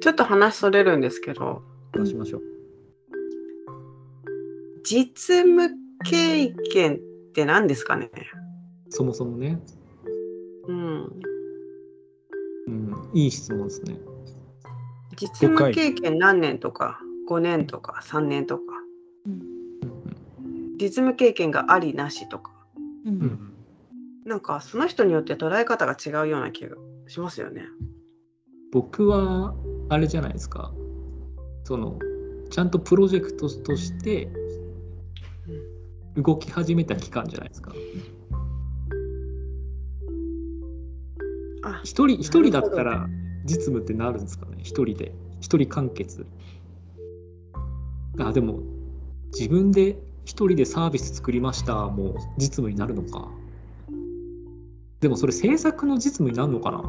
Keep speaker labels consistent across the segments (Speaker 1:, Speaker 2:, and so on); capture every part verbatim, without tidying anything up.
Speaker 1: ちょっと話それるんですけど、
Speaker 2: 出しましょう。
Speaker 1: 実務経験って何ですかね。
Speaker 2: そもそもね、
Speaker 1: うん、
Speaker 2: うん、いい質問ですね。
Speaker 1: 実務経験何年とかごねんとかさんねんとか、
Speaker 3: うん、
Speaker 1: 実務経験がありなしとか、
Speaker 3: うんうん、
Speaker 1: なんかその人によって捉え方が違うような気がしますよね。
Speaker 2: 僕はあれじゃないですか、そのちゃんとプロジェクトとして動き始めた期間じゃないですか。
Speaker 1: あ、
Speaker 2: 一人一人だったら実務ってなるんですかね。一人で一人完結。あ、でも自分で一人でサービス作りましたもう実務になるのか。でもそれ制作の実務になるのかな。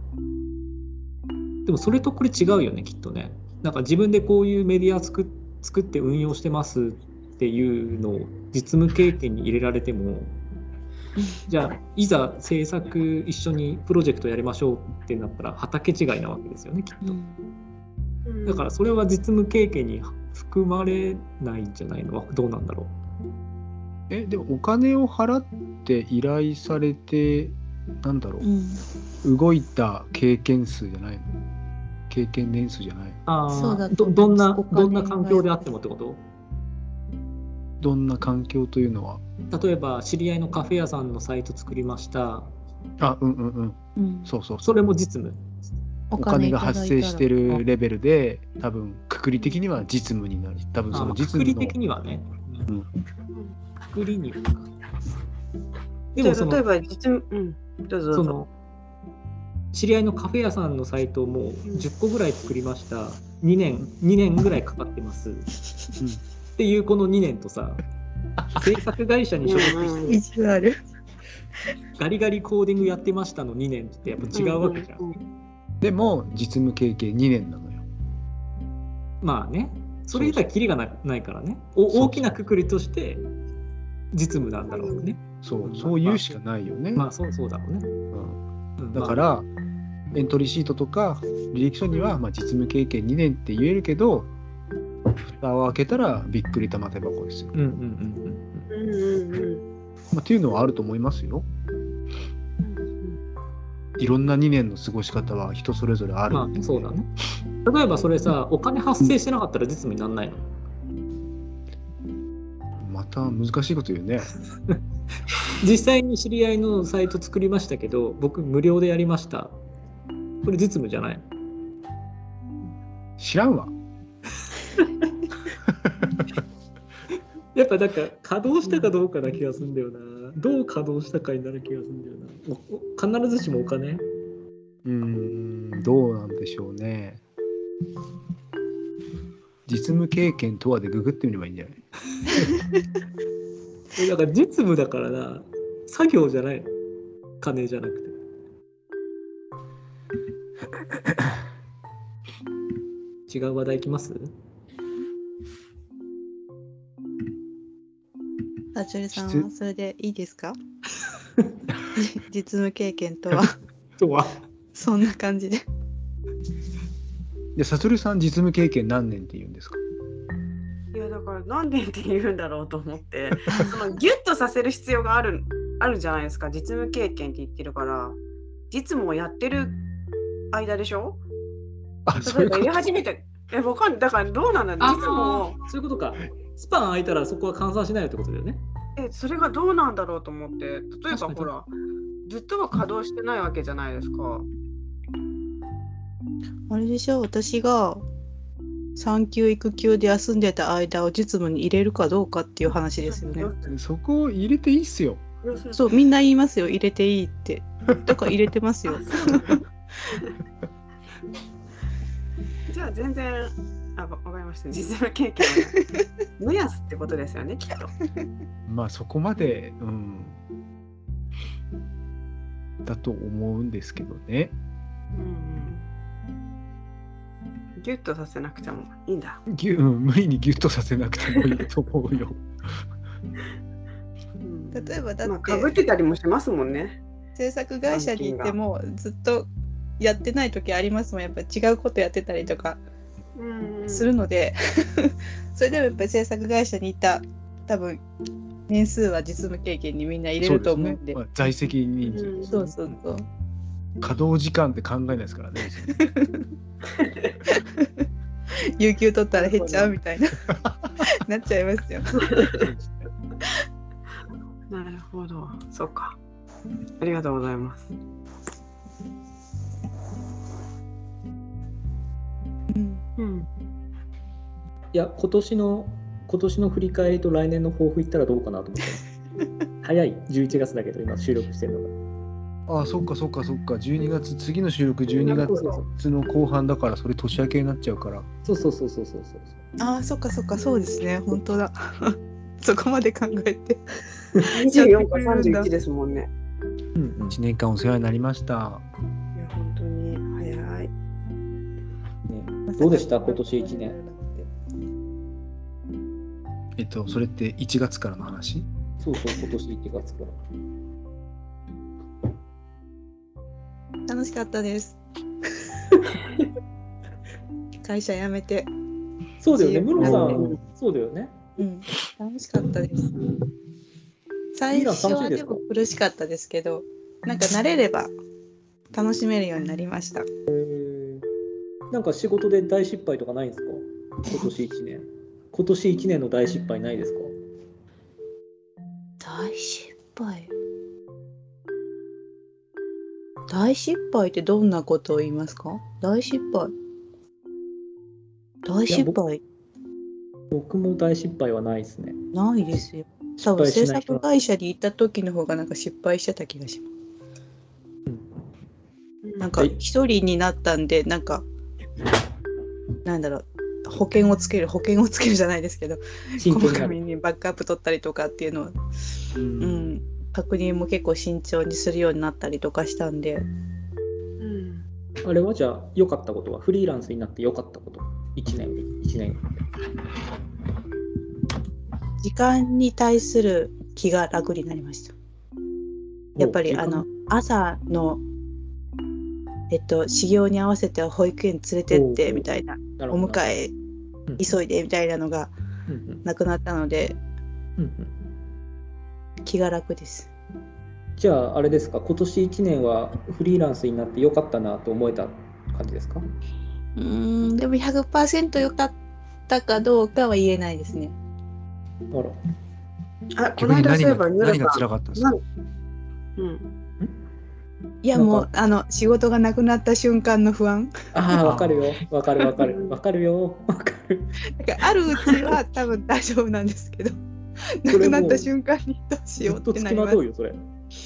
Speaker 2: でもそれとこれ違うよね、きっとね。なんか自分でこういうメディア作っ作って運用してますっていうのを実務経験に入れられても、じゃあいざ制作一緒にプロジェクトやりましょうってなったら畑違いなわけですよね、きっと。だからそれは実務経験に含まれないんじゃないの。どうなんだろ
Speaker 4: う。え、でもお金を払って依頼されてなんだろう、うん、動いた経験数じゃないの？経験年数じゃないの？
Speaker 2: あそうだ ど, どんなどんな環境であってもってこと？
Speaker 4: どんな環境というのは？
Speaker 2: 例えば知り合いのカフェ屋さんのサイト作りました。
Speaker 4: あ、うんうんうん。うん、そうそうそう。
Speaker 2: それも実務。
Speaker 4: お金が発生してるレベルで、多分くくり的には実務になる。多分その実務の。
Speaker 2: くくり的にはね。うん。くくりには。
Speaker 1: でもその例えば実務、うん、どうぞどうぞ。その
Speaker 2: 知り合いのカフェ屋さんのサイトをもうじゅっこぐらい作りました。にねんにねんぐらいかかってます。うん、っていうこのにねんとさ、制作会社に所属して
Speaker 3: ある
Speaker 2: ガリガリコーディングやってましたのにねんってやっぱ違うわけじゃん。うんうんうん、
Speaker 4: でも実務経験にねんなのよ。
Speaker 2: まあね、それ以外キリが な, ないからね。お大きなくくりとして実務なんだろうね。
Speaker 4: そう、そう言うしかないよね。
Speaker 2: まあそうそうだろうね。
Speaker 4: うん、だから、まあ、エントリーシートとか履歴書にはまあ実務経験にねんって言えるけど、蓋を開けたらびっくり玉手箱ですよ。うんうんうんうん。うんうんうん。まあ、っていうのはあると思いますよ。いろんなにねんの過ごし方は人それぞれある。
Speaker 2: まあそうだね。例えばそれさ、お金発生してなかったら実務にならないの？
Speaker 4: また難しいこと言うね。
Speaker 2: 実際に知り合いのサイト作りましたけど、僕無料でやりました。これ実務じゃない？
Speaker 4: 知らんわ。
Speaker 2: やっぱなんか稼働したかどうかな気がするんだよな。どう稼働したかになる気がするんだよな。必ずしもお金？
Speaker 4: うーん、どうなんでしょうね。実務経験とはでググってみればいいんじゃない？
Speaker 2: だから実務だからな、作業じゃないの、金じゃなくて。違う話題いきます？
Speaker 3: あちょりさんはそれでいいですか？実務経験とは
Speaker 2: とは
Speaker 3: そんな感じで。
Speaker 4: で、さとりさん実務経験何年って言うんですか？
Speaker 1: いやだから何年って言うんだろうと思ってそのギュッとさせる必要があるあるじゃないですか。実務経験って言ってるから実務をやってる間でしょ。
Speaker 4: あ、
Speaker 1: 例えばやり始めてえわかんない。だからどうなんだろう。実務を
Speaker 2: そういうことか。スパン空いたらそこは換算しないよってことだよね。
Speaker 1: えそれがどうなんだろうと思って。例えばほらずっとは稼働してないわけじゃないですか。
Speaker 3: あれでしょ、私が産休育休で休んでた間を実務に入れるかどうかっていう話ですよね。
Speaker 4: そこを入れていいっすよ。
Speaker 3: そう、みんな言いますよ、入れていいって。だから入れてますよ。
Speaker 1: じゃあ全然あわかりました。実務経験は目安ってことですよね、きっと。
Speaker 4: まあそこまで、うん、だと思うんですけどね。
Speaker 1: うん、ギュッとさせなくてもいいんだ。
Speaker 4: ギュ、うん、無理にギュッとさせなくてもいいと思うよ。
Speaker 3: うん、例えばだって、
Speaker 1: まあ、被ってたりもしますもんね。
Speaker 3: 制作会社に行ってもずっとやってない時ありますもん。やっぱ違うことやってたりとか
Speaker 1: うん
Speaker 3: するので、それでもやっぱり制作会社にいた多分年数は実務経験にみんな入れると思うんで。
Speaker 4: そうですね。まあ、在籍人数、
Speaker 1: うん
Speaker 3: そうそうそう。
Speaker 4: 稼働時間って考えないですからね。
Speaker 3: 有給取ったら減っちゃうみたいななっちゃいますよ。
Speaker 1: なるほど、そうか。ありがとうございます。
Speaker 3: うん
Speaker 1: うん。
Speaker 2: いや、今年の今年の振り返りと来年の抱負言ったらどうかなと思って早い、じゅういちがつだけど今収録してるのが。
Speaker 4: ああ、そっかそっかそっか、じゅうにがつ、次の収録じゅうにがつの後半だから、それ年明けになっちゃうから。
Speaker 2: そうそうそうそうそうそう。
Speaker 3: ああ、そっかそっか、そうですね、本当だ。そこまで考えて。
Speaker 1: にじゅうよんかさんじゅういちですもんね。
Speaker 2: うんうん
Speaker 4: いちねんかんお世話になりました。
Speaker 1: いや、本当に早い。
Speaker 2: ね、どうでした今年いちねん。
Speaker 4: えっと、それっていちがつからの話？
Speaker 2: そうそう、今年いちがつから。
Speaker 3: 楽しかったです。会社辞めて。
Speaker 2: そうだよね、ムロさ
Speaker 3: うん
Speaker 2: ん、そうだよね。
Speaker 3: うん、楽しかったです。最初はでも苦しかったですけど、なんか慣れれば楽しめるようになりました。
Speaker 2: なんか仕事で大失敗とかないんですか？今年いちねん。今年いちねんの大失敗ないですか？
Speaker 3: 大失敗。大失敗ってどんなことを言いますか？大失敗。大失敗。
Speaker 2: 僕も大失敗はないですね。
Speaker 3: ないですよ。多分制作会社に行った時の方がなんか失敗してた気がします。うん、なんか一人になったんで、なんかなんだろう、保険をつける保険をつけるじゃないですけど、細かにバックアップ取ったりとかっていうのを、うん、うん、確認も結構慎重にするようになったりとかしたんで、うん、
Speaker 2: あれはじゃあ良かったことは、フリーランスになって良かったこといちねんいちねん
Speaker 3: 時間に対する気が楽になりました。やっぱりあの朝のえっと始業に合わせて保育園連れてってみたいな、お迎え急いでみたいなのがなくなったので、うんうん、気が楽です。
Speaker 2: じゃああれですか、今年いちねんはフリーランスになって良かったなと思えた感じですか？
Speaker 3: うーん、でも ひゃくパーセント 良かったかどうかは言えないですね。
Speaker 2: あら。
Speaker 1: あ、この間そういえば
Speaker 4: 何が辛かったんですか？
Speaker 3: うん、いやもうあの仕事がなくなった瞬間の不安。
Speaker 2: ああ、わかるよ、わかるわかるわかるよ、わかる。
Speaker 3: だからあるうちは多分大丈夫なんですけど、なくなった瞬間にどうしようってなります。
Speaker 2: ずっと付きまとうよそれ。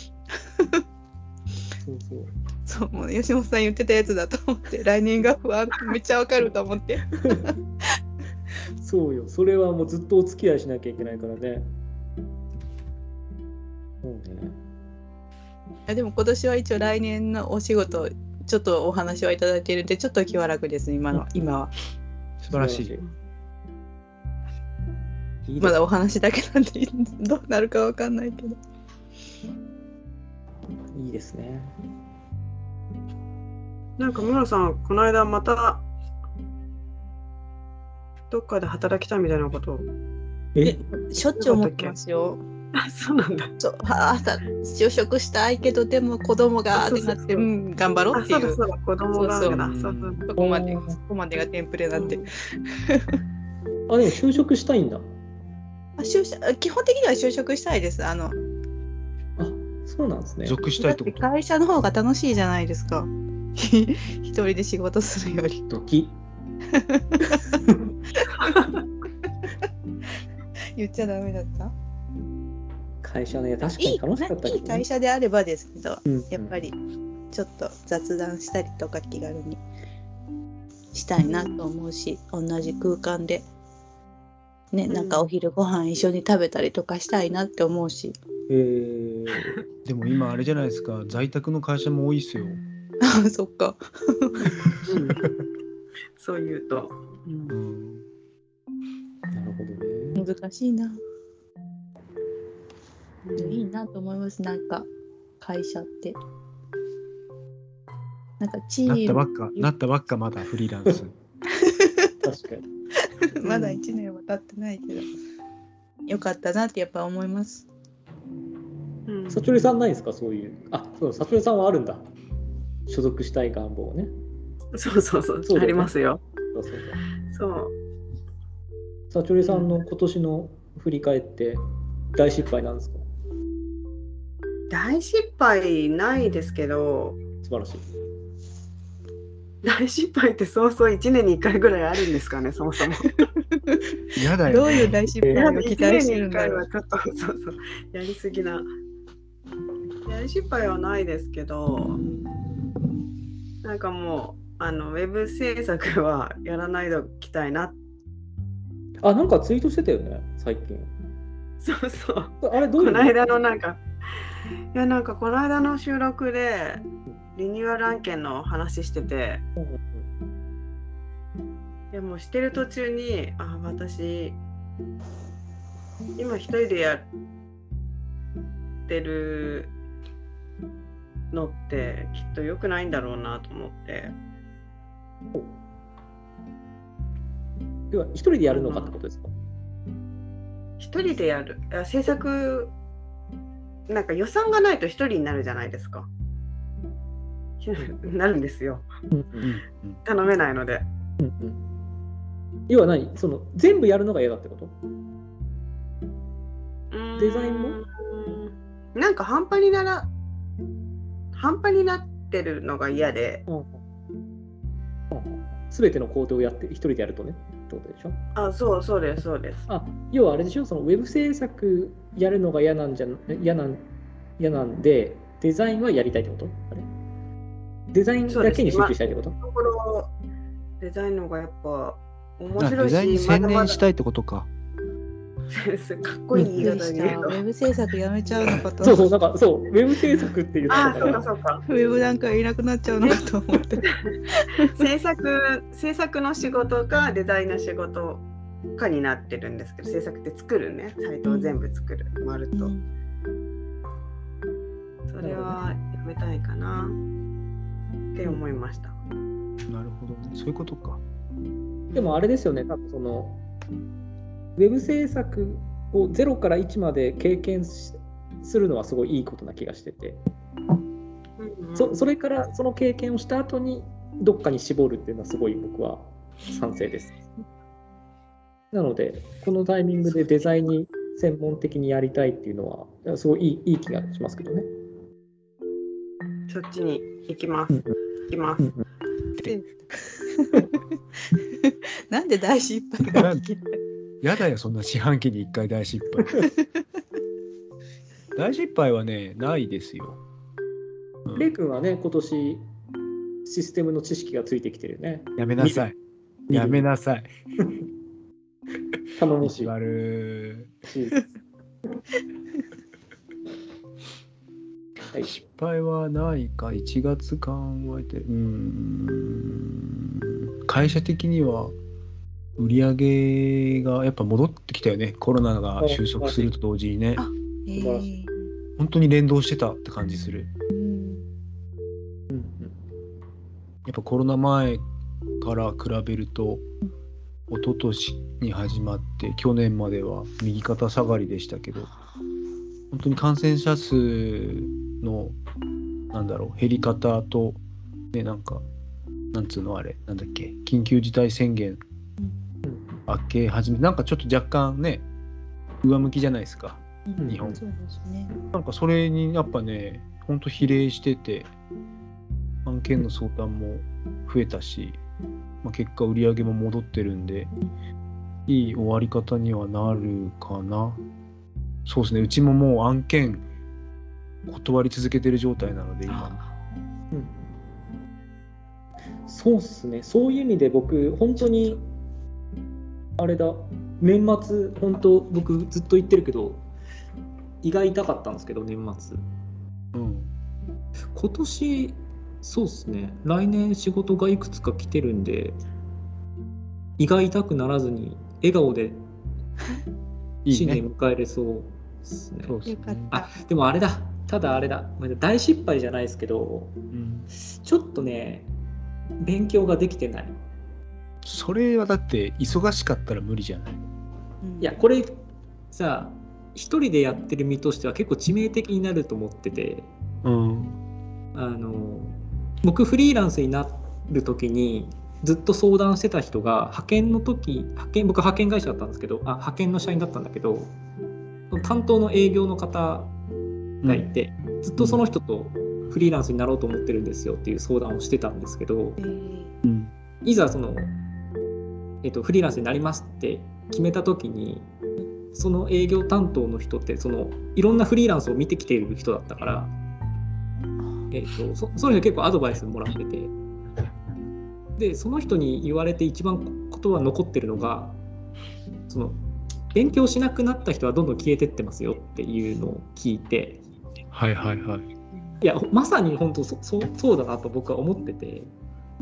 Speaker 2: そうそう。
Speaker 3: そう、もう吉本さん言ってたやつだと思って、来年が不安めっちゃわかると思って。
Speaker 2: そうよ、それはもうずっとお付き合いしなきゃいけないからね。そうね。
Speaker 3: でも今年は一応来年のお仕事ちょっとお話はいただいているんで、ちょっと気は楽です今の、うん、今は。
Speaker 4: 素晴らしい。
Speaker 3: いいまだお話だけなんでどうなるかわかんないけど。
Speaker 2: いいですね。
Speaker 1: なんか村さんこの間またどっかで働きたいみたいなことを
Speaker 3: えしょっちゅう思ってますよ。
Speaker 1: あ、そうなんだ。
Speaker 3: そう、朝就職したいけどでも子供がってなって、うん、頑張ろうっていう。
Speaker 1: あ、そうだそうだ、子供がそうだ、そうそう、
Speaker 3: そこまでそこまでがテンプレなんで。
Speaker 2: あ、でも就職したいんだ。
Speaker 3: あ、就職基本的には就職したいです。あの。
Speaker 2: あ、そうなんですね。
Speaker 4: 属したいってこと。
Speaker 3: 会社の方が楽しいじゃないですか。一人で仕事するより。
Speaker 2: ドキ。
Speaker 3: 言っちゃダメだった。
Speaker 2: 会社ね、確かに楽しかったけど、ね、
Speaker 3: いい会社であればですけど、
Speaker 2: うんうん、
Speaker 3: やっぱりちょっと雑談したりとか気軽にしたいなと思うし、同じ空間でね、なんかお昼ご飯一緒に食べたりとかしたいなって思うし。
Speaker 2: へー。
Speaker 4: でも今あれじゃないですか、在宅の会社も多いですよ。
Speaker 3: あ、そっか。
Speaker 1: そう言うと、
Speaker 2: うん、なるほどね。
Speaker 3: 難しいな。いいなと思います。なんか会社ってなんかチ
Speaker 4: なった
Speaker 3: ーム
Speaker 4: ばっか、なったばっかまだフリーランス。
Speaker 2: 確かに。
Speaker 3: まだいちねんは経ってないけど、よかったなってやっぱ思います。
Speaker 1: うん、
Speaker 2: さちょりさんないですか、そういう。あ、そう、さちょりさんはあるんだ。所属したい願望ね。
Speaker 1: そうそうそう、
Speaker 2: そうだよね、
Speaker 1: ありますよ。
Speaker 2: そうそう
Speaker 1: そう。
Speaker 2: さちょりさんの今年の振り返って大失敗なんですか？
Speaker 1: 大失敗ないですけど、
Speaker 2: 素晴らしい。
Speaker 1: 大失敗ってそうそういちねんにいっかいぐらいあるんですかね、そもそも。
Speaker 4: やだよ、ね。
Speaker 3: どういう大失敗を期待してるんだろう。
Speaker 1: いちねんにいっかいはちょっとそうそうやりすぎな。大失敗はないですけど、なんかもうあのウェブ制作はやらないでおきたいな。
Speaker 2: あ、なんかツイートしてたよね、最近。
Speaker 1: そうそう。
Speaker 2: あれどういうの？
Speaker 1: この間のなんか、いやなんかこの間の収録でリニューアル案件の話してて、でもしてる途中に、あ、私今一人でやってるのってきっと良くないんだろうなと思って。
Speaker 2: 要は一人でやるのかってことですか？
Speaker 1: 一人でやる。制作なんか予算がないと一人になるじゃないですか。なるんですよ。頼めないので。
Speaker 2: うんうん、要は何？その全部やるのが嫌だってこと？デザインも？
Speaker 1: なんか半端になら半端になってるのが嫌で。
Speaker 2: うんうん、全ての工程をやって一人でやるとねってことでしょ？あ、
Speaker 1: そうそうですそうです。
Speaker 2: あ、要はあれでしょ、そのウェブ制作やるのが嫌なんじゃ嫌なん嫌なんでデザインはやりたいってこと？あれ？デザインだけに集中したいってこと？
Speaker 1: ころデザインの方がやっぱ面白いし、
Speaker 4: デザインに専念したいってことか。
Speaker 1: かっこいい言い方で言うと、
Speaker 3: ウェブ制作やめちゃうのかと。
Speaker 2: そうそう、なんかそうウェブ制作っていう
Speaker 1: あ、そうかそうか。
Speaker 3: ウェブなんかいなくなっちゃうのかと思って。
Speaker 1: 制作制作の仕事かデザインの仕事かになってるんですけど、制作って作るね、サイトを全部作る、まると、うん、それはやめたいかなって思いました。
Speaker 4: なるほどね、そういうことか。
Speaker 2: でもあれですよね、多分そのウェブ制作をゼロからいちまで経験するのはすごいいいことな気がしてて、うんうん、そ, それからその経験をした後にどっかに絞るっていうのはすごい僕は賛成です。なのでこのタイミングでデザインに専門的にやりたいっていうのはすごいい い, いい気がしますけどね。
Speaker 1: そっちに行きます、うん、行きます、うん、
Speaker 3: なんで大失敗が起きる？
Speaker 4: やだよ、そんな四半期にいっかい大失敗。大失敗はね、ないですよ。
Speaker 2: うん、レイ君はね、今年システムの知識がついてきてるね。
Speaker 4: やめなさい。やめなさい。
Speaker 2: 頼もしい。
Speaker 4: 悪い。失敗はないか、いちがつ考えて、うーん、会社的には売り上げがやっぱ戻ってきたよね。コロナが収束すると同時にね。
Speaker 3: あ、えー、
Speaker 4: 本当に連動してたって感じする。
Speaker 3: うん、
Speaker 4: やっぱコロナ前から比べると、一昨年に始まって去年までは右肩下がりでしたけど、本当に感染者数のなんだろう減り方とね、なんかなんつうのあれなんだっけ、緊急事態宣言明け始め、なんかちょっと若干ね上向きじゃないですか、うん、日本。そうですね。なんかそれにやっぱね本当比例してて案件の相談も増えたし、まあ、結果売り上げも戻ってるんで、いい終わり方にはなるかな。そうですね、うちももう案件断り続けてる状態なので今、
Speaker 2: うん、そうですね。そういう意味で僕本当にあれだ、年末本当僕ずっと言ってるけど胃が痛かったんですけど年末、うん、今年そうですね、来年仕事がいくつか来てるんで胃が痛くならずに笑顔で新年迎えれそうですね。
Speaker 3: よかった。
Speaker 2: あ、でもあれだ、 ただあれだ、大失敗じゃないですけど、うん、ちょっとね勉強ができてない。
Speaker 4: それはだって忙しかったら無理じゃない？
Speaker 2: いやこれさ一人でやってる身としては結構致命的になると思ってて、うん、あの僕フリーランスになる時にずっと相談してた人が派遣の時派遣僕派遣会社だったんですけどあ派遣の社員だったんだけど担当の営業の方がいて、うん、ずっとその人とフリーランスになろうと思ってるんですよっていう相談をしてたんですけど、うん、いざその、えっと、フリーランスになりますって決めた時にその営業担当の人ってそのいろんなフリーランスを見てきている人だったから、えっと、そ, その人結構アドバイスもらっててでその人に言われて一番言葉残ってるのがその勉強しなくなった人はどんどん消えてってますよっていうのを聞いて
Speaker 4: はいはいはい
Speaker 2: いやまさに本当 そ, そ, そうだなと僕は思ってて、うん、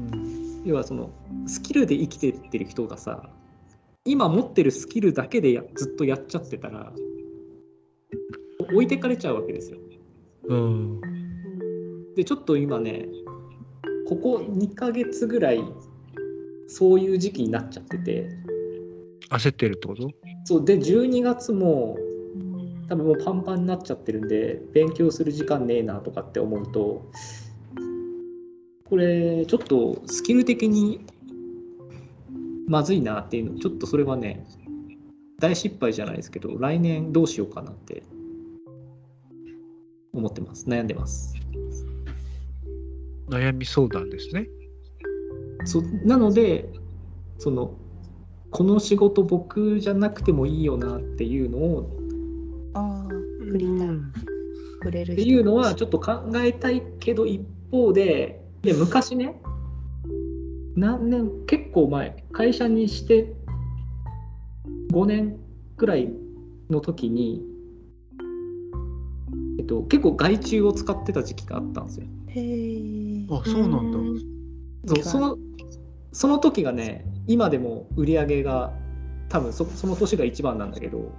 Speaker 2: 要はそのスキルで生きてってる人がさ今持ってるスキルだけでやずっとやっちゃってたら置いてかれちゃうわけですよ、うん、でちょっと今ねここにかげつぐらいそういう時期になっちゃってて
Speaker 4: 焦ってるってこと？
Speaker 2: そうでじゅうにがつも多分もうパンパンになっちゃってるんで勉強する時間ねえなとかって思うとこれちょっとスキル的にまずいなっていうのちょっとそれはね大失敗じゃないですけど来年どうしようかなって思ってます悩んでます
Speaker 4: 悩み相談ですね。
Speaker 2: そなのでそのこの仕事僕じゃなくてもいいよなっていうのを
Speaker 3: あ振りたい振れる
Speaker 2: っていうのはちょっと考えたいけど一方でいや昔ね何年結構前会社にしてごねんくらいの時に、えっと、結構外注を使ってた時期があったんですよ。
Speaker 3: へー
Speaker 4: あそうなんだ。
Speaker 2: そうそのその時がね今でも売り上げが多分 そ, その年が一番なんだけど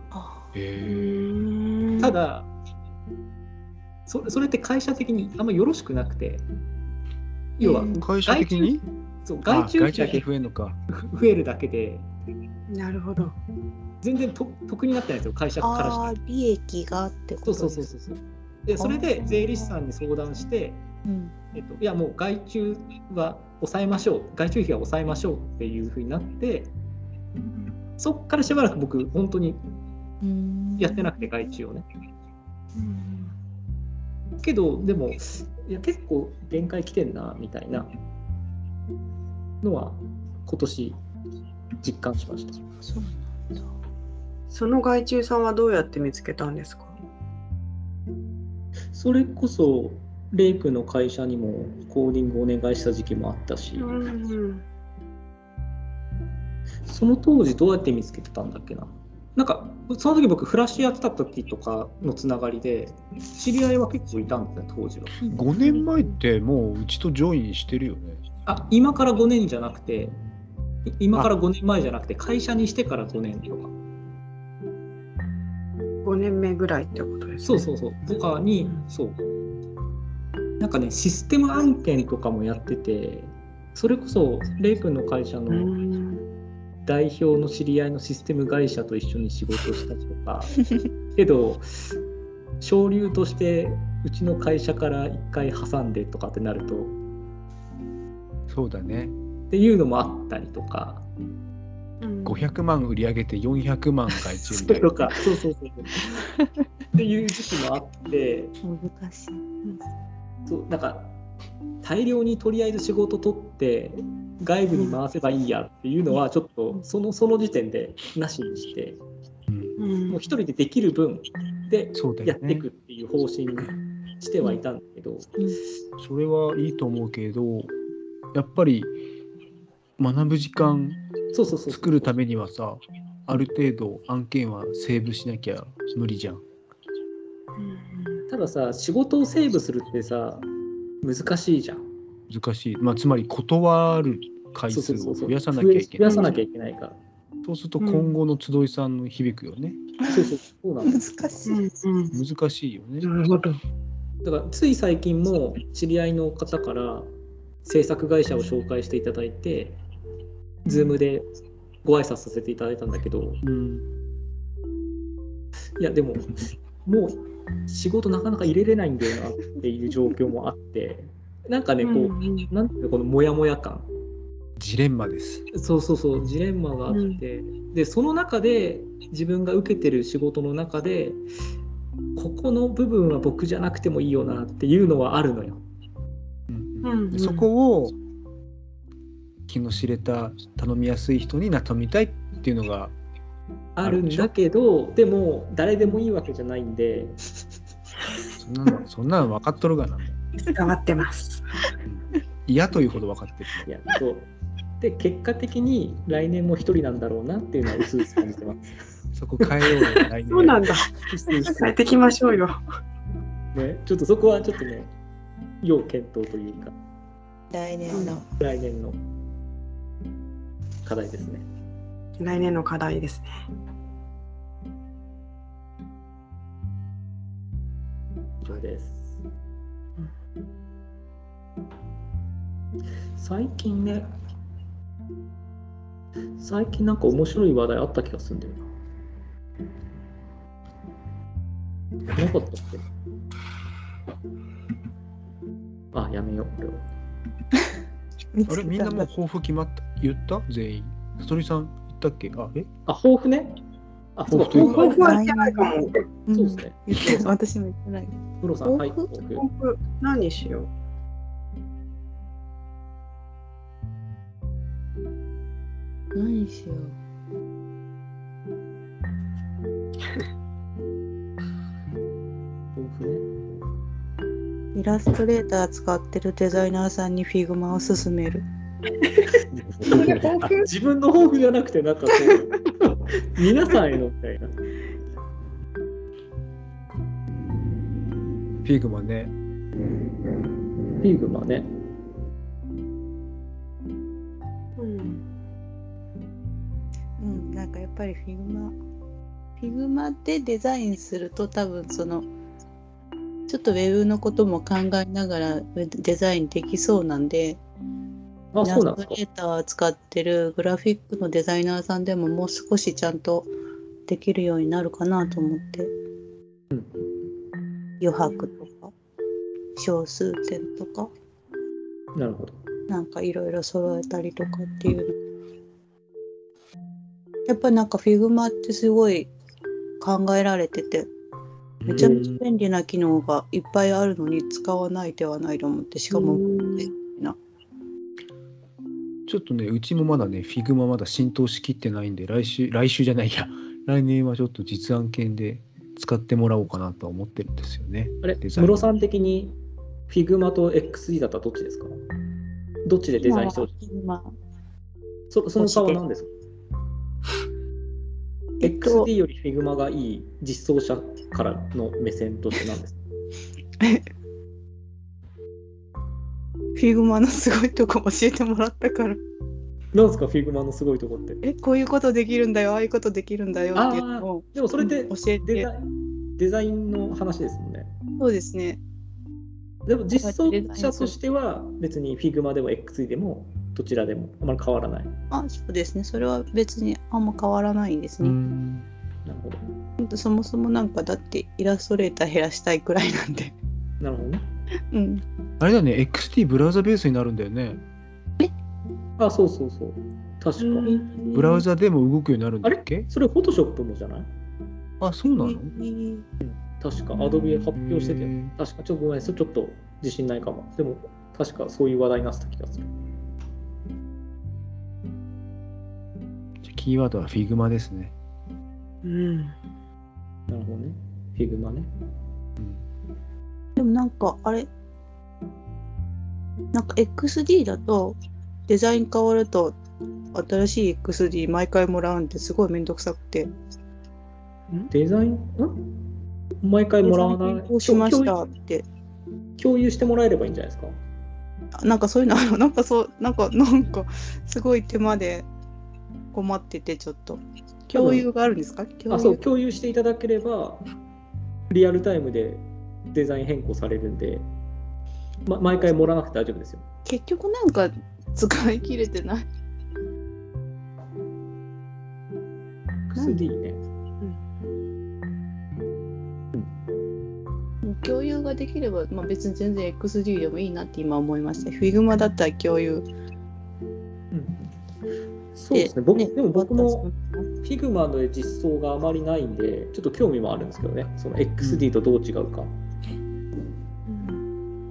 Speaker 2: ただ そ, それって会社的にあんまよろしくなくて要は
Speaker 4: 会社的に
Speaker 2: そう外注費だけ
Speaker 4: 増えるのか
Speaker 2: 増えるだけで
Speaker 1: なるほど
Speaker 2: 全然と得になってないんですよ会社からしたら。
Speaker 3: あ利益がってことです。
Speaker 2: そうそうそうそうでそれで税理士さんに相談して、うんえっと、いやもう外注は抑えましょう外注費は抑えましょうっていう風になってそっからしばらく僕本当にやってなくて外注をねけどでもいや結構限界来てんなみたいなのは今年実感しました。
Speaker 3: そうなんだ。
Speaker 1: その外注さんはどうやって見つけたんですか？
Speaker 2: それこそレイクの会社にもコーディングお願いした時期もあったし、うんうん、その当時どうやって見つけてたんだっけな。なんかその時僕フラッシュやってた時とかのつながりで知り合いは結構いたんですね当時は。
Speaker 4: ごねんまえってもううちとジョインしてるよね。
Speaker 2: あ今からごねんじゃなくて今からごねんまえじゃなくて会社にしてからごねんとか
Speaker 1: ごねんめぐらいってことですね。
Speaker 2: そうそうそうとかにそうなんかねシステム案件とかもやっててそれこそレイ君の会社の代表の知り合いのシステム会社と一緒に仕事をしたりとかけど省流としてうちの会社から一回挟んでとかってなると
Speaker 4: そうだね
Speaker 2: っていうのもあったりとか、
Speaker 4: うん、ごひゃくまん売り上げてよんひゃくまん外注みたいな
Speaker 2: とかそうそうそうっていう時期もあって
Speaker 3: 難しい、
Speaker 2: そうなんか大量にとりあえず仕事取って外部に回せばいいやっていうのはちょっとそのその時点でなしにして、うん、もう一人でできる分でやっていくっていう方針にしてはいたんだけど、
Speaker 4: それはいいと思うけどやっぱり学ぶ時間作るためにはさある程度案件はセーブしなきゃ無理じゃん。
Speaker 2: たださ仕事をセーブするってさ難しいじゃん。
Speaker 4: 難しい、まあ、つまり断る回数を増やさなきゃいけない。
Speaker 2: 増やさなきゃいけないから。
Speaker 4: そうすると今後の集いさんの響くよね。
Speaker 2: うん、そうそうそうなん
Speaker 3: 難しい、
Speaker 4: 難しいよね。
Speaker 1: なるほど。
Speaker 2: だからつい最近も知り合いの方から制作会社を紹介していただいて、Zoom でご挨拶させていただいたんだけど、うん、いやでももう仕事なかなか入れれないんだよなっていう状況もあって、なんかねこう、うん、なんていうの、このモヤモヤ感、
Speaker 4: ジレンマです。
Speaker 2: そうそうそう、ジレンマがあって、うん、でその中で自分が受けてる仕事の中でここの部分は僕じゃなくてもいいよなっていうのはあるのよ。
Speaker 4: うんうん、でそこを気の知れた頼みやすい人に頼みたいっていうのが
Speaker 2: あるんだけど、でも誰でもいいわけじゃないんで
Speaker 4: そんなのそんなの分かっとるがな。
Speaker 1: 伝わってます。
Speaker 4: 嫌というほど分かってる。
Speaker 2: いやそうで結果的に来年も一人なんだろうなっていうのは薄々感じてます。
Speaker 4: そこ変えようよ来年。
Speaker 1: そうなんだ。変えていきましょうよ。
Speaker 2: ね、ちょっとそこはちょっとね要検討というか
Speaker 3: 来年の
Speaker 2: 来年の課題ですね。
Speaker 1: 来年の課題ですね。
Speaker 2: 以上です。最近ね、最近なんか面白い話題あった気がするんだよな。なかったっけ？あ、やめようこれは。
Speaker 4: あれみんなもう抱負決まった？言った全員。さとりさん言ったっけ？あ、え？
Speaker 2: あ、抱負ね。あ、
Speaker 1: 抱負というか。抱負は言ってないかも。
Speaker 2: そうですね。
Speaker 3: 私も言ってない。
Speaker 2: プロさん、はい。
Speaker 1: 抱負何しよう。
Speaker 3: 何しよう。
Speaker 2: 抱負ね。
Speaker 3: イラストレーター使ってるデザイナーさんに Figma を勧める。
Speaker 2: 自分の抱負じゃなくてなんかそう皆さんへのみたいな。
Speaker 4: Figma ね。
Speaker 2: Figma ね。
Speaker 3: うん、なんかやっぱり Figma Figma でデザインすると多分そのちょっとウェブのことも考えながらデザインできそうなんで、
Speaker 2: あ、
Speaker 3: イラストレーターを使ってるグラフィックのデザイナーさんでももう少しちゃんとできるようになるかなと思って、うん、余白とか小数点とか
Speaker 2: なるほど、
Speaker 3: なんかいろいろ揃えたりとかっていうの、やっぱなんか Figma ってすごい考えられててめちゃめちゃ便利な機能がいっぱいあるのに使わない手はないと思って、しかもな
Speaker 4: ちょっとねうちもまだね Figma まだ浸透しきってないんで、来週来週じゃないや来年はちょっと実案件で使ってもらおうかなと思ってるんですよね。
Speaker 2: あれ室さん的に Figma と エックスディー だったらどっちですか？どっちでデザインしてほしい？そ, その差は何ですか？エックスディー より Figma がいい実装者からの目線として何ですか？
Speaker 3: Figma のすごいとこ教えてもらったから。
Speaker 2: なんですか Figma のすごいとこって？
Speaker 3: え、こういうことできるんだよ、ああいうことできるんだよっていうのを。
Speaker 2: でもそれって
Speaker 3: 教えて
Speaker 2: デザイン、デザインの話ですもんね。
Speaker 3: そうですね。
Speaker 2: でも実装者としては別に Figma でも エックスディー でもどちらでもあまり変わらない。
Speaker 3: あ、そうですね。それは別にあんま変わらないんですね。
Speaker 2: なるほど。
Speaker 3: 本当そもそもなんかだってイラストレーター減らしたいくらいなんで。
Speaker 2: なるほどね。
Speaker 3: うん。
Speaker 4: あれだね、エックスディー ブラウザベースになるんだよね。
Speaker 3: え？
Speaker 2: あ、そうそうそう。確か。
Speaker 4: ブラウザでも動くようになるんだっけ？
Speaker 2: あれそれ Photoshop もじゃない？
Speaker 4: あ、そうなの？
Speaker 2: うん、確か Adobe 発表してて、確かちょっとごめん、それちょっと自信ないかも。でも確かそういう話題になってた気がする。
Speaker 4: じゃキーワードは Figma ですね。
Speaker 1: うん。
Speaker 2: なるほどね。Figma ね。
Speaker 3: うん、でもなんかあれなんか エックスディー だとデザイン変わると新しい エックスディー 毎回もらうんですごいめんどくさくて。
Speaker 2: デザインん毎回もらわない。
Speaker 3: こうしましたって
Speaker 2: 共有してもらえればいいんじゃないですか。
Speaker 3: なんかそういうのあのなんかそうなんかなんかすごい手間で困っててちょっと共有があるんですか？共有
Speaker 2: あ、そう共有していただければリアルタイムでデザイン変更されるんで、ま、毎回盛らなくて大丈夫ですよ。
Speaker 3: 結局なんか使い切れてない。
Speaker 2: エックスディー ね。
Speaker 3: もう共有ができれば、まあ、別に全然 エックスディー でもいいなって今思いました。Figma だったら共有。
Speaker 2: うん、そうですね。僕、ね、でも僕も Figma の実装があまりないんで、ちょっと興味もあるんですけどね。その エックスディー とどう違うか。うん、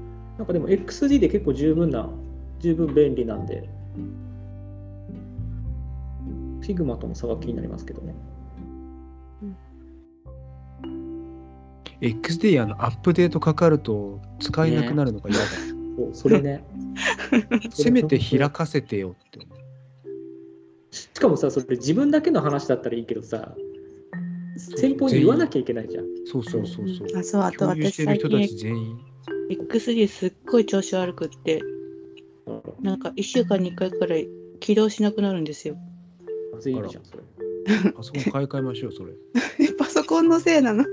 Speaker 2: なんかでも エックスディー で結構十分な、十分便利なんで、Figma との差が気になりますけどね。
Speaker 4: エックスディー あのアップデートかかると使えなくなるのが嫌だ。ね、
Speaker 2: そうそれね。
Speaker 4: せめて開かせてよって思う。
Speaker 2: しかもさ、それ自分だけの話だったらいいけどさ、先方に言わなきゃいけないじゃん。
Speaker 4: そうそうそうそう。
Speaker 3: あ、そう、あと私最近 エックスディー すっごい調子悪くって、なんかいっしゅうかんにいっかいくらい起動しなくなるんですよ。
Speaker 2: まずいいじゃん、それ。
Speaker 4: パソコン買い替えましょう、それ。
Speaker 3: パソコンのせいなの。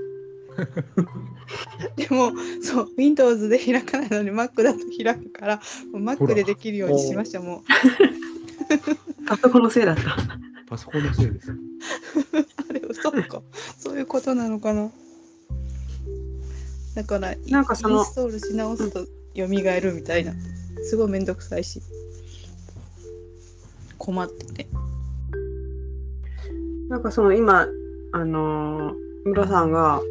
Speaker 3: でもそう Windows で開かないのに Mac だと開くから、もう Mac でできるようにしました。もう
Speaker 1: パソコンのせいだった。
Speaker 4: パソコンのせいです。
Speaker 3: あれ嘘か、そういうことなのかな。だから
Speaker 1: なんかその
Speaker 3: インストールし直すと蘇るみたいな、すごいめんどくさいし困ってて。
Speaker 1: なんかその今あのー、ムロさんが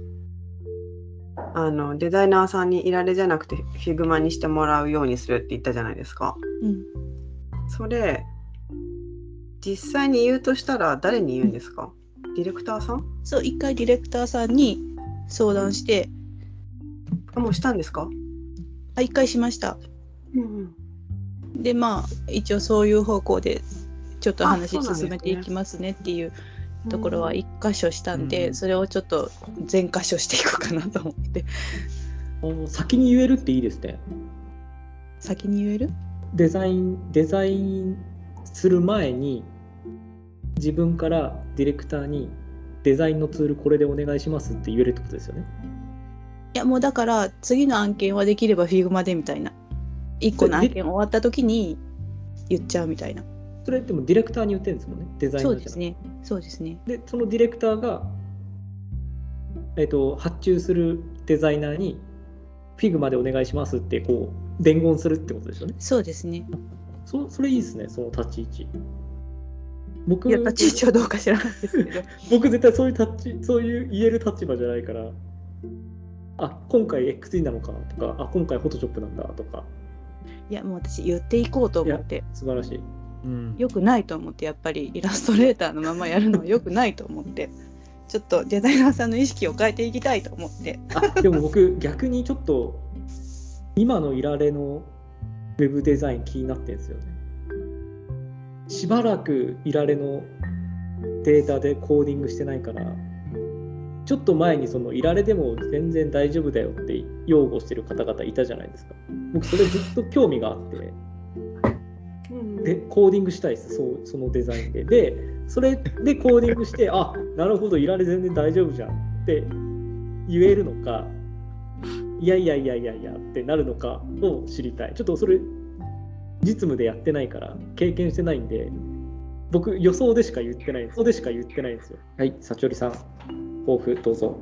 Speaker 1: あのデザイナーさんにいられじゃなくて Figma にしてもらうようにするって言ったじゃないですか。
Speaker 3: うん、
Speaker 1: それ実際に言うとしたら誰に言うんですか？ディレクターさん？
Speaker 3: そう、一回ディレクターさんに相談して。
Speaker 1: あ、もうしたんですか？
Speaker 3: あ、一回しました。うんうん、でまあ一応そういう方向でちょっと話進めていきますねっていうところは一箇所したんで、うん、それをちょっと全箇所していこうかなと思って。
Speaker 2: あ、先に言えるっていいですね。
Speaker 3: 先に言える？
Speaker 2: デザインデザインする前に自分からディレクターにデザインのツールこれでお願いしますって言えるってことですよね。
Speaker 3: いやもうだから次の案件はできれば Figma でみたいな、いっこの案件終わった時に言っちゃうみたいな。
Speaker 2: それってもディレクターに言ってるんですもんね、デザインの。
Speaker 3: そうですね、そうですね。
Speaker 2: でそのディレクターが、えーと、発注するデザイナーに Figma でお願いしますってこう伝言するってことですよね。
Speaker 3: そうですね。
Speaker 2: そ, それいいですね、その立ち位置。僕
Speaker 3: いや立ち位置はどうか知らないですけど
Speaker 2: 僕絶対そういう立ちそういう言える立場じゃないから、あ、今回 エックスディー なのかとか、あ、今回 Photoshop なんだとか。
Speaker 3: いやもう私言っていこうと思って。
Speaker 2: 素晴らしい。
Speaker 3: うん、よくないと思って、やっぱりイラストレーターのままやるのはよくないと思ってちょっとデザイナーさんの意識を変えていきたいと思って。
Speaker 2: あ、でも僕逆にちょっと今のいられのウェブデザイン気になってるんですよね。しばらくいられのデータでコーディングしてないから、ちょっと前にそのいられでも全然大丈夫だよって擁護してる方々いたじゃないですか。僕それずっと興味があってでコーディングしたいです。そう、そのデザインででそれでコーディングしてあ、なるほどいられ全然大丈夫じゃんって言えるのか、いやいやいやいやいやってなるのかを知りたい。ちょっとそれ実務でやってないから経験してないんで、僕予想でしか言ってない予想でしか言ってないんですよ。はい、さちおりさん抱負どうぞ。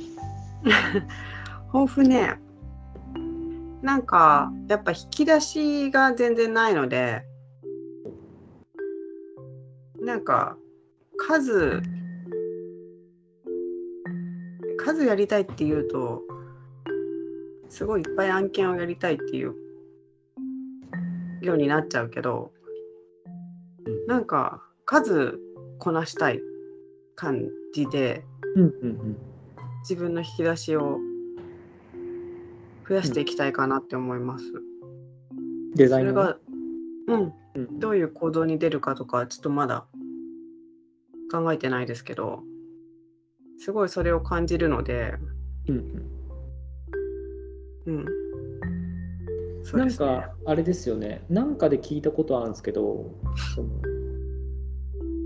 Speaker 1: 抱負ね、なんかやっぱ引き出しが全然ないので、なんか数数やりたいっていうとすごいいっぱい案件をやりたいっていうようになっちゃうけど、なんか数こなしたい感じで、うんうんうん、自分の引き出しを増やしていきたいかなって思います。
Speaker 2: デザイン
Speaker 1: それが、うんうん、どういう行動に出るかとかちょっとまだ考えてないですけど、すごいそれを感じるので、うんうん、
Speaker 2: そうですね。なんかあれですよね、なんかで聞いたことあるんですけど、その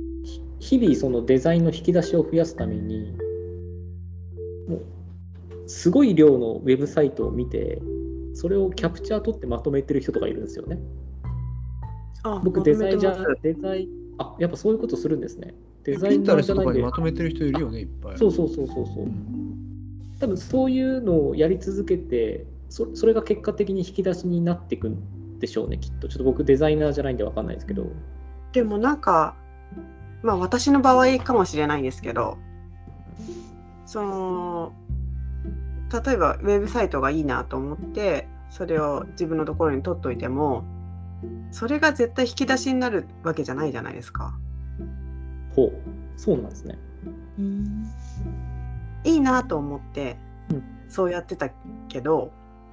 Speaker 2: 日々そのデザインの引き出しを増やすためにもうすごい量のウェブサイトを見てそれをキャプチャー取ってまとめてる人とかいるんですよね。
Speaker 1: あ、
Speaker 2: 僕デザインじゃ
Speaker 1: まとめて
Speaker 2: デザインあやっぱそういうことするんですね。デザイ
Speaker 4: ピンタレス
Speaker 2: ナーじゃないんで
Speaker 4: トとかにまとめてる人いるよね、いっぱい。
Speaker 2: そうそうそうそうそう、多分そういうのをやり続けて そ, それが結果的に引き出しになっていくんでしょうね、きっと。ちょっと僕デザイナーじゃないんで分かんないですけど。
Speaker 1: でもなんか、まあ私の場合かもしれないんですけど、その例えばウェブサイトがいいなと思ってそれを自分のところに取っといても、それが絶対引き出しになるわけじゃないじゃないですか。
Speaker 2: ほう、そうなんですね。
Speaker 3: うん
Speaker 1: いいなと思って
Speaker 2: うん
Speaker 1: そうやってたけど、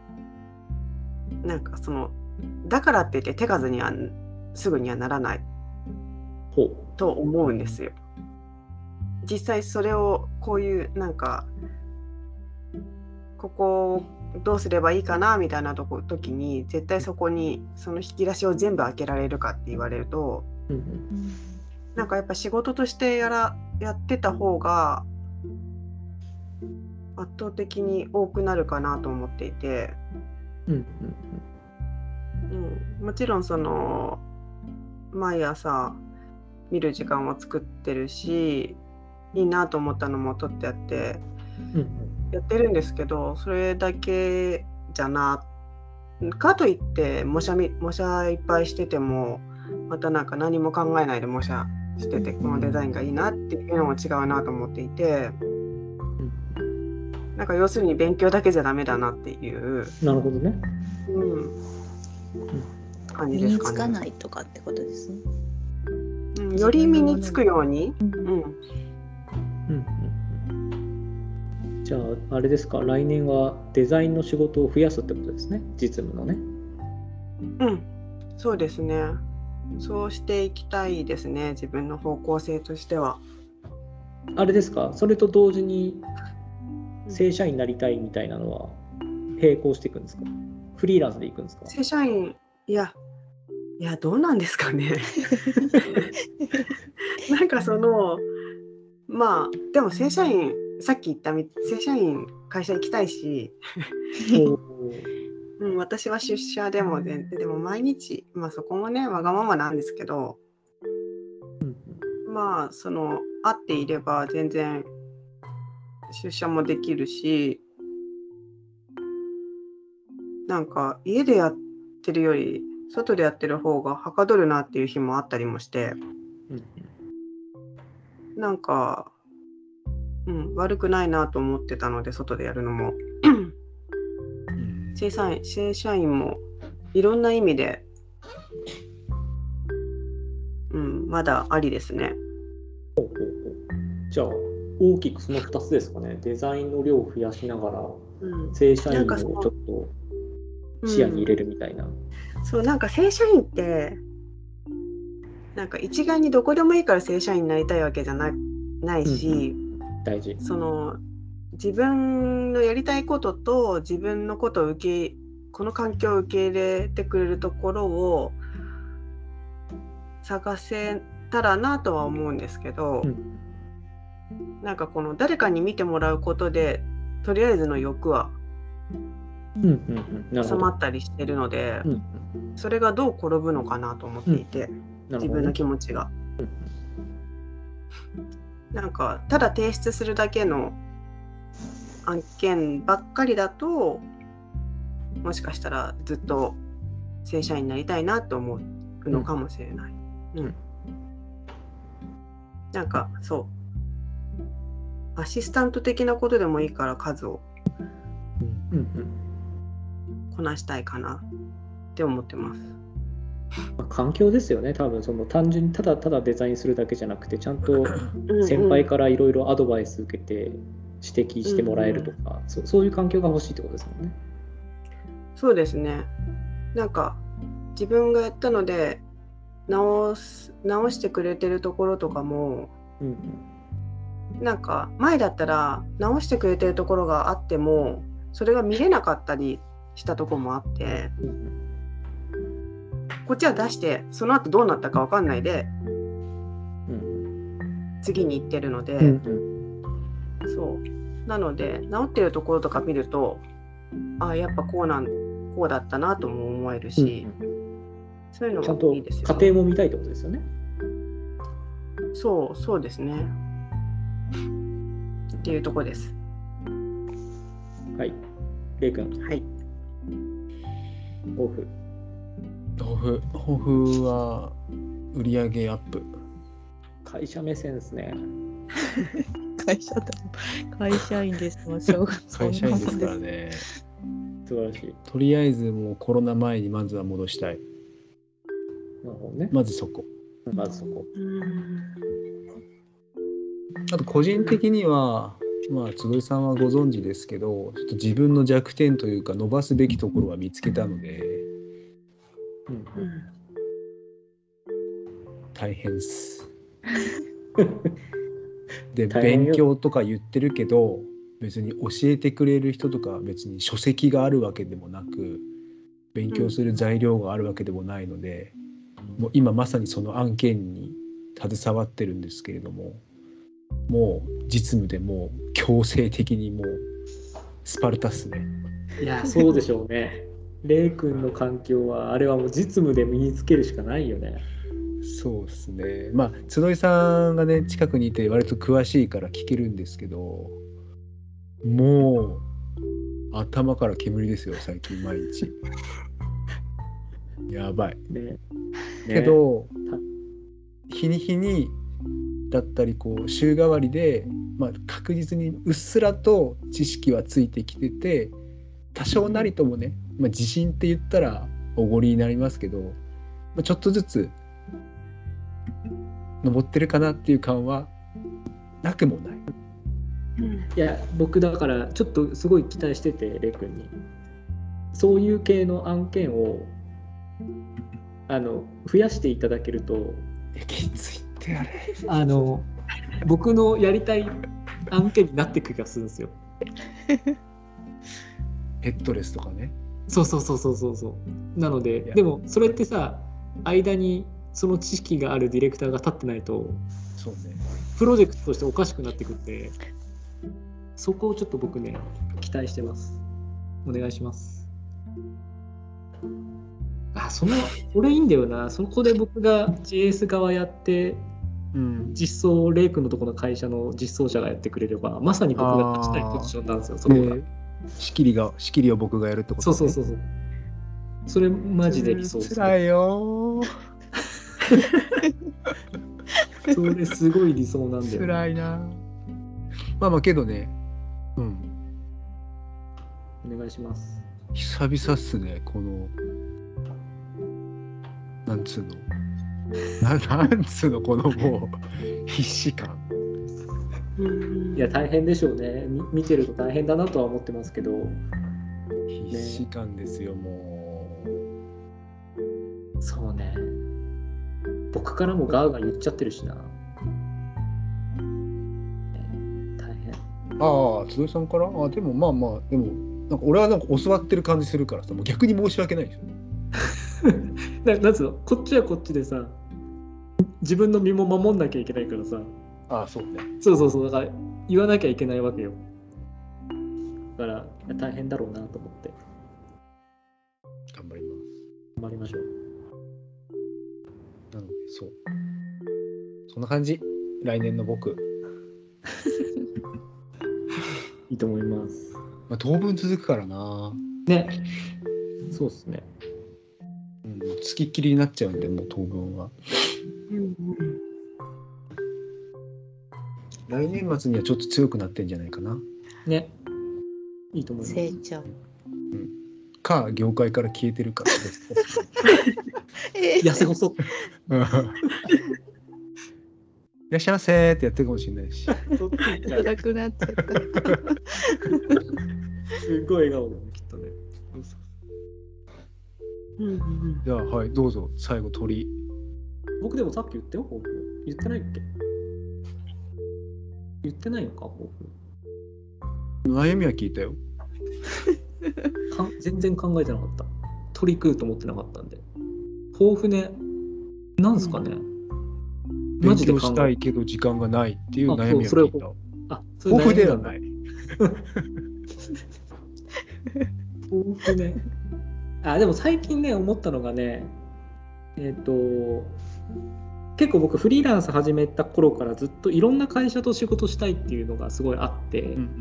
Speaker 1: なんかそのだからって言って手数にはすぐにはならない
Speaker 2: ほう
Speaker 1: と思うんですよ。実際それをこういうなんかここをどうすればいいかなみたいなとこ時に絶対そこにその引き出しを全部開けられるかって言われると、
Speaker 2: うんうん、
Speaker 1: なんかやっぱ仕事としてやらやってた方が圧倒的に多くなるかなと思っていて、
Speaker 2: うんうん
Speaker 1: うん、もちろんその毎朝見る時間を作ってるし、いいなと思ったのも取ってやって
Speaker 2: うん
Speaker 1: やってるんですけど、それだけじゃなかといって模写み模写いっぱいしててもまたなんか何も考えないで模写しててこのデザインがいいなっていうのも違うなと思っていて、なんか要するに勉強だけじゃダメだなっていう、
Speaker 2: なるほどね、
Speaker 1: うん、感じ
Speaker 3: 身につか
Speaker 1: ですかね。
Speaker 3: ないとかってことですね。
Speaker 1: うん、より身につくように、うん
Speaker 2: うんうんうん、じゃああれですか、来年はデザインの仕事を増やすってことですね、実務のね。
Speaker 1: うん、そうですね。そうしていきたいですね、自分の方向性としては。
Speaker 2: あれですか、それと同時に正社員になりたいみたいなのは並行していくんですか？フリーランスでいくんですか？
Speaker 1: 正社員、いや、いやどうなんですかね。なんかそのまあでも正社員、さっき言ったみ正社員会社行きたいし、うん、私は出社でも全然でも毎日、まあそこもねわがままなんですけど、まあその会っていれば全然出社もできるし、なんか家でやってるより外でやってる方がはかどるなっていう日もあったりもして、なんか、うん、悪くないなと思ってたので外でやるのも正社員、正社員もいろんな意味で、うん、まだありですね。
Speaker 2: ほうほうほう。じゃあ大きくそのふたつですかね。デザインの量を増やしながら、うん、正社員をちょっと視野に入れるみたいな。
Speaker 1: うん、そう、なんか正社員ってなんか一概にどこでもいいから正社員になりたいわけじゃ な, ないし、
Speaker 2: うん、大事。
Speaker 1: その自分のやりたいことと自分のことを受けこの環境を受け入れてくれるところを探せたらなとは思うんですけど、うん、なんかこの誰かに見てもらうことでとりあえずの欲は収まったりしてるので、うんうんうん、それがどう転ぶのかなと思っていて、うん、自分の気持ちが、うん、なんかただ提出するだけの案件ばっかりだともしかしたらずっと正社員になりたいなと思うのかもしれない、うんうん、なんかそうアシスタント的なことでもいいから数をこなしたいかなって思ってます。
Speaker 2: まあ、環境ですよね。多分その単純にただただデザインするだけじゃなくてちゃんと先輩からいろいろアドバイス受けて指摘してもらえるとか、うんうん、そ, そういう環境が欲しいってことですもんね。
Speaker 1: そうですね。なんか自分がやったので直す直してくれてるところとかも、うんうん、なんか前だったら直してくれてるところがあってもそれが見れなかったりしたところもあって、うん、こっちは出してその後どうなったか分かんないで、うん、次に行ってるので、うんうん、そうなので治ってるところとか見ると、あやっぱこうなんこうだったなとも思えるし、うん、そういうのもいいですよね。
Speaker 2: ちゃんと家庭も見たいってことですよね。
Speaker 1: そうそうですね。っていうところです。
Speaker 2: はい。レイ君。
Speaker 1: はい。
Speaker 2: 抱負。
Speaker 4: 抱負。抱負は売上アップ。
Speaker 2: 会社目線ですね。
Speaker 3: 会社だ。会社員ですもん。しょうが
Speaker 4: 会社員ですからね。
Speaker 2: 素晴らしい。
Speaker 4: とりあえずもうコロナ前にまずは戻したい。
Speaker 2: なるほどね。
Speaker 4: まずそこ。
Speaker 2: まずそこ。
Speaker 4: あと個人的には、まあ坪井さんはご存知ですけど、ちょっと自分の弱点というか伸ばすべきところは見つけたので、うん、大変です。で勉強とか言ってるけど、別に教えてくれる人とか別に書籍があるわけでもなく、勉強する材料があるわけでもないので、もう今まさにその案件に携わってるんですけれども、もう実務でもう強制的にもうスパルタっすね。
Speaker 2: いやそうでしょうね。レイ君の環境はあれはもう実務で身につけるしかないよね。
Speaker 4: そうですね。まあ角井さんがね近くにいて割と詳しいから聞けるんですけど、もう頭から煙ですよ最近毎日。やばい。ねね、けど日に日にだったりこう週替わりで、まあ、確実にうっすらと知識はついてきてて、多少なりともね、まあ、自信って言ったらおごりになりますけど、まあ、ちょっとずつ登ってるかなっていう感はなくもない。
Speaker 2: いや僕だからちょっとすごい期待してて、レイ君にそういう系の案件をあの増やしていただけると、
Speaker 4: きついってあれ
Speaker 2: あの僕のやりたい案件になっていく気がするんですよ。
Speaker 4: ペットレスとかね。
Speaker 2: そうそうそうそうそうそう。なのででもそれってさ、間にその知識があるディレクターが立ってないと、
Speaker 4: そうね、
Speaker 2: プロジェクトとしておかしくなってくって、そこをちょっと僕ね期待してます。お願いします。あ、そのこれいいんだよな。そこで僕が ジェイエス 側やって、うん、実装レイ君のところの会社の実装者がやってくれれば、まさに僕が立ちたいポジションなんですよ。そこが、ね、
Speaker 4: 仕切りが仕切りを僕がやるってこと、ね、
Speaker 2: そうそうそうそう。それマジで理想です。
Speaker 4: つらいよ。
Speaker 2: それすごい理想なんだよ。
Speaker 4: つらいな。まあまあけどね。うん。
Speaker 2: お願いします。
Speaker 4: 久々っすね、この。なんつうの。な, なんつうの、このもう、必死感。
Speaker 2: いや、大変でしょうね。見てると大変だなとは思ってますけど。
Speaker 4: 必死感ですよ、ね、も
Speaker 2: う。そうね。僕からもガーガー言っちゃってるしな。大変。
Speaker 4: ああ、つどいさんから？あ、でもまあまあ、でも、なんか俺はなんか教わってる感じするからさ、もう逆に申し訳ないですよ。
Speaker 2: な, なんつうの、こっちはこっちでさ、自分の身も守んなきゃいけないからさ。
Speaker 4: ああ、そうね。
Speaker 2: そうそうそう、だから言わなきゃいけないわけよ。だから大変だろうなと思って。
Speaker 4: 頑張ります。
Speaker 2: 頑張りましょう。
Speaker 4: なので、そう。そんな感じ。来年の僕。
Speaker 2: いいと思います。
Speaker 4: まあ、当分続くからな。
Speaker 2: ね。そうっすね。
Speaker 4: うん、つきっきりになっちゃうんで、もう当分は。うんうん、来年末にはちょっと強くなってんじゃないかな。
Speaker 2: ね。いいと思います。
Speaker 3: 成長。
Speaker 4: うん。か、業界から消えてるか。
Speaker 2: 痩せ細。
Speaker 4: いらっしゃいませーってやってるかもしれないし。
Speaker 3: 辛くなっちゃった。
Speaker 2: すごい笑顔だね、きっとね。
Speaker 3: うんうん、
Speaker 4: じゃあ、はい、どうぞ、最後、鳥。
Speaker 2: 僕でもさっき言ったよ、抱負。言ってないっけ？言ってないのか、抱負。
Speaker 4: 悩みは聞いたよ。
Speaker 2: か全然考えてなかった。鳥食うと思ってなかったんで。抱負ね、なんすかね。
Speaker 4: 勉強したいけど時間がないっていう悩みを聞いた。
Speaker 2: あ、抱負
Speaker 4: ではない。
Speaker 2: 僕ね、あ、でも最近ね、思ったのがね、えっと、結構僕フリーランス始めた頃からずっといろんな会社と仕事したいっていうのがすごいあって、うんうんうん、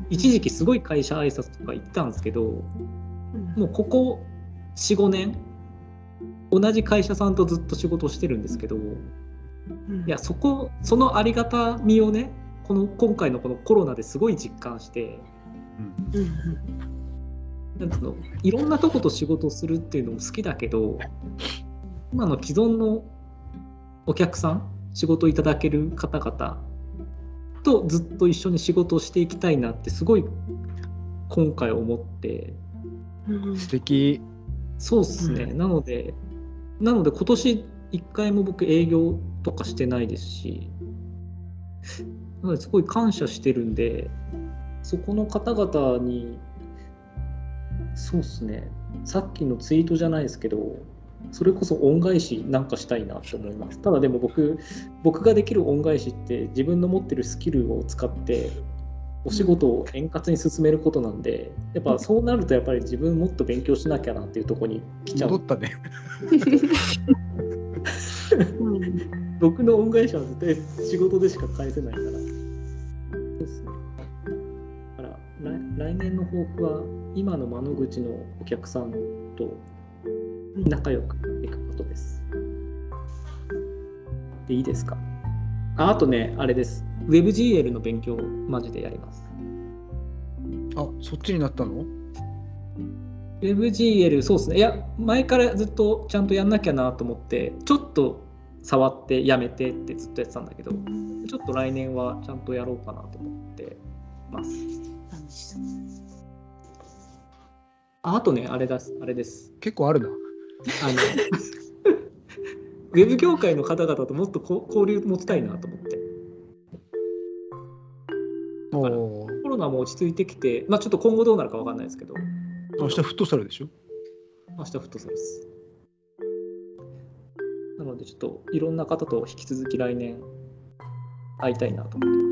Speaker 2: 一時期すごい会社挨拶とか行ったんですけど、もうここ よん,ご 年同じ会社さんとずっと仕事をしてるんですけど、うん、いやそこそのありがたみをね、この今回のこのコロナですごい実感して、うんうん、なんつうの、いろんなとこと仕事をするっていうのも好きだけど、今の既存のお客さん、仕事いただける方々とずっと一緒に仕事をしていきたいなってすごい今回思って、
Speaker 4: うん、素敵。
Speaker 2: そうっすね、うん、なのでなので今年一回も僕営業とかしてないですし、なのですごい感謝してるんで、そこの方々に、そうっすね、さっきのツイートじゃないですけど、それこそ恩返しなんかしたいなと思います。ただでも僕僕ができる恩返しって自分の持ってるスキルを使ってお仕事を円滑に進めることなんで、やっぱそうなるとやっぱり自分もっと勉強しなきゃなっていうところに来ちゃう。
Speaker 4: 戻ったね
Speaker 2: 僕の恩返しは絶対仕事でしか返せないから。そうですね。だから来、来年の抱負は今の窓口のお客さんと仲良くいくことです。でいいですか。あ、あとね、あれです。ウェブジーエル の勉強マジでやります。
Speaker 4: あ、そっちになったの？
Speaker 2: ウェブジーエル、そうですね。いや、前からずっとちゃんとやんなきゃなと思って、ちょっと触ってやめてってずっとやってたんだけど、ちょっと来年はちゃんとやろうかなと思ってます。あ、あとね、あれだ、あれです。
Speaker 4: 結構あるな。
Speaker 2: あのウェブ業界の方々ともっと交流持ちたいなと思って。だからコロナも落ち着いてきて、まあ、ちょっと今後どうなるか分かんないですけど、
Speaker 4: 明日フットサルでしょ？
Speaker 2: 明日フットサルです。なのでちょっといろんな方と引き続き来年会いたいなと思ってます。